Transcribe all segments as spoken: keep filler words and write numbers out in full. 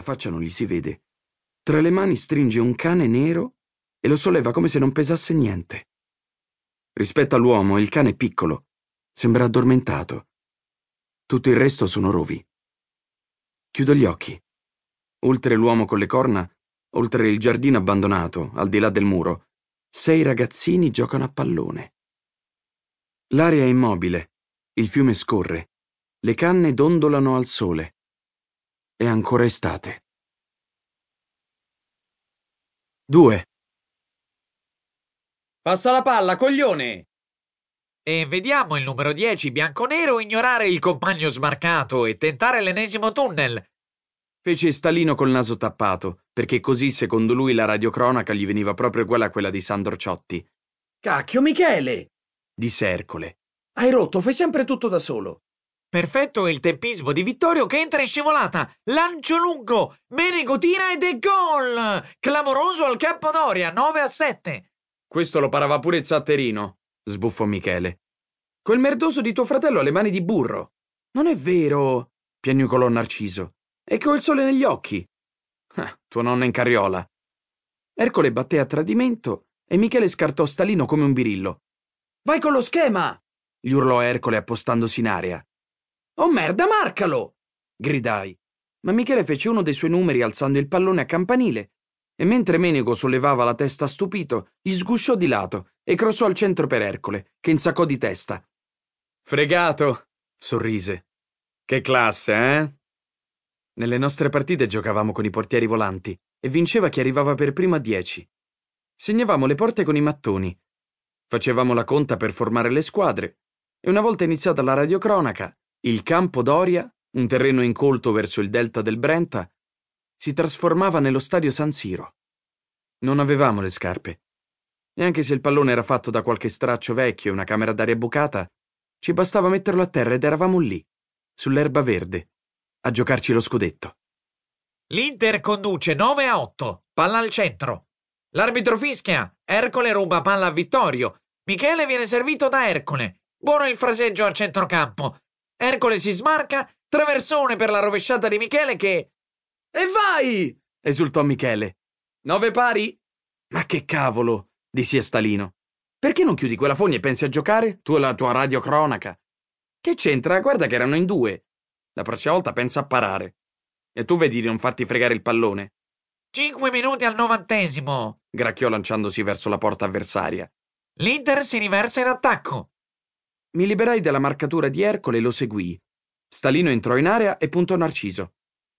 La faccia non gli si vede. Tra le mani stringe un cane nero e lo solleva come se non pesasse niente. Rispetto all'uomo, il cane è piccolo, sembra addormentato. Tutto il resto sono rovi. Chiudo gli occhi. Oltre l'uomo con le corna, oltre il giardino abbandonato, al di là del muro, sei ragazzini giocano a pallone. L'aria è immobile, il fiume scorre, le canne dondolano al sole. È ancora estate. Due. Passa la palla, coglione! E vediamo il numero dieci bianconero ignorare il compagno smarcato e tentare l'ennesimo tunnel. Fece Stalino col naso tappato, perché così secondo lui la radiocronaca gli veniva proprio uguale a quella di Sandro Ciotti. Cacchio, Michele! Disse Ercole. Hai rotto, fai sempre tutto da solo. Perfetto il tempismo di Vittorio che entra in scivolata. Lancio lungo. Menego tira ed è gol! Clamoroso al Campodoria, nove a sette. Questo lo parava pure Zatterino, sbuffò Michele. Quel merdoso di tuo fratello ha le mani di burro. Non è vero, piagnucolò Narciso. È che ho il sole negli occhi. Ah, tuo nonno in carriola. Ercole batté a tradimento e Michele scartò Stalino come un birillo. Vai con lo schema! Gli urlò Ercole appostandosi in aria. Oh merda, marcalo! Gridai. Ma Michele fece uno dei suoi numeri alzando il pallone a campanile e mentre Menego sollevava la testa stupito, gli sgusciò di lato e crossò al centro per Ercole, che insaccò di testa. Fregato! Sorrise. Che classe, eh? Nelle nostre partite giocavamo con i portieri volanti e vinceva chi arrivava per primo a dieci. Segnavamo le porte con i mattoni. Facevamo la conta per formare le squadre e una volta iniziata la radiocronaca, il Campo Doria, un terreno incolto verso il delta del Brenta, si trasformava nello stadio San Siro. Non avevamo le scarpe. E anche se il pallone era fatto da qualche straccio vecchio e una camera d'aria bucata, ci bastava metterlo a terra ed eravamo lì, sull'erba verde, a giocarci lo scudetto. L'Inter conduce nove a otto. Palla al centro. L'arbitro fischia. Ercole ruba palla a Vittorio. Michele viene servito da Ercole. Buono il fraseggio al centrocampo. Ercole si smarca. Traversone per la rovesciata di Michele che... E vai! Esultò Michele. Nove pari? Ma che cavolo, dissi a Stalino. Perché non chiudi quella fogna e pensi a giocare? Tu e la tua radiocronaca. Che c'entra? Guarda che erano in due. La prossima volta pensa a parare. E tu vedi di non farti fregare il pallone. Cinque minuti al novantesimo. Gracchiò lanciandosi verso la porta avversaria. L'Inter si riversa in attacco. Mi liberai dalla marcatura di Ercole e lo seguii. Stalino entrò in area e puntò Narciso.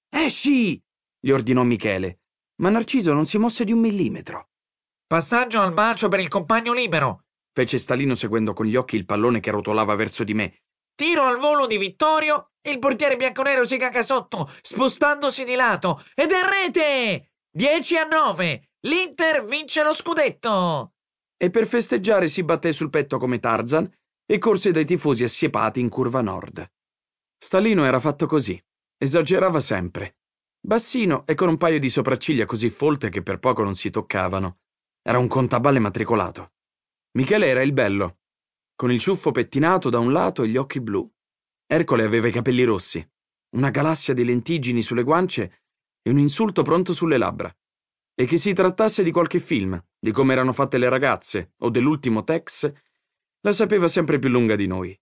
Esci! Gli ordinò Michele, ma Narciso non si mosse di un millimetro. Passaggio al bacio per il compagno libero. Fece Stalino seguendo con gli occhi il pallone che rotolava verso di me. Tiro al volo di Vittorio. Il portiere bianconero si caga sotto, spostandosi di lato. Ed è rete! dieci a nove. L'Inter vince lo scudetto. E per festeggiare si batté sul petto come Tarzan e corse dai tifosi assiepati in curva nord. Stalino era fatto così. Esagerava sempre. Bassino e con un paio di sopracciglia così folte che per poco non si toccavano. Era un contaballe matricolato. Michele era il bello, con il ciuffo pettinato da un lato e gli occhi blu. Ercole aveva i capelli rossi, una galassia di lentiggini sulle guance e un insulto pronto sulle labbra. E che si trattasse di qualche film, di come erano fatte le ragazze o dell'ultimo Tex, la sapeva sempre più lunga di noi.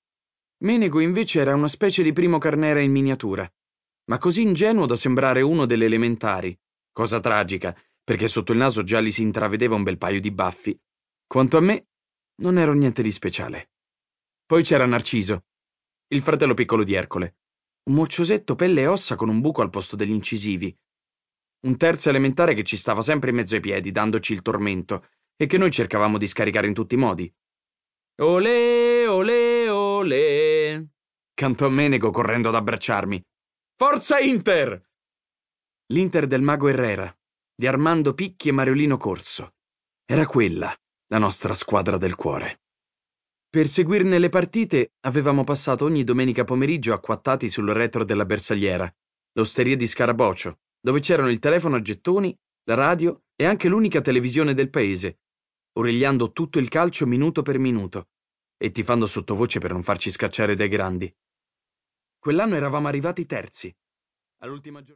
Menego invece era una specie di Primo Carnera in miniatura, ma così ingenuo da sembrare uno delle elementari, cosa tragica, perché sotto il naso già gli si intravedeva un bel paio di baffi. Quanto a me, non ero niente di speciale. Poi c'era Narciso, il fratello piccolo di Ercole, un mocciosetto pelle e ossa con un buco al posto degli incisivi, un terzo elementare che ci stava sempre in mezzo ai piedi, dandoci il tormento, e che noi cercavamo di scaricare in tutti i modi. Olè, olè, olè, cantò Menego correndo ad abbracciarmi. Forza Inter! L'Inter del mago Herrera, di Armando Picchi e Mariolino Corso. Era quella la nostra squadra del cuore. Per seguirne le partite avevamo passato ogni domenica pomeriggio acquattati sul retro della bersagliera, l'osteria di Scarabocio, dove c'erano il telefono a gettoni, la radio e anche l'unica televisione del paese, origliando tutto il calcio minuto per minuto e tifando sottovoce per non farci scacciare dai grandi. Quell'anno eravamo arrivati terzi. All'ultima giornata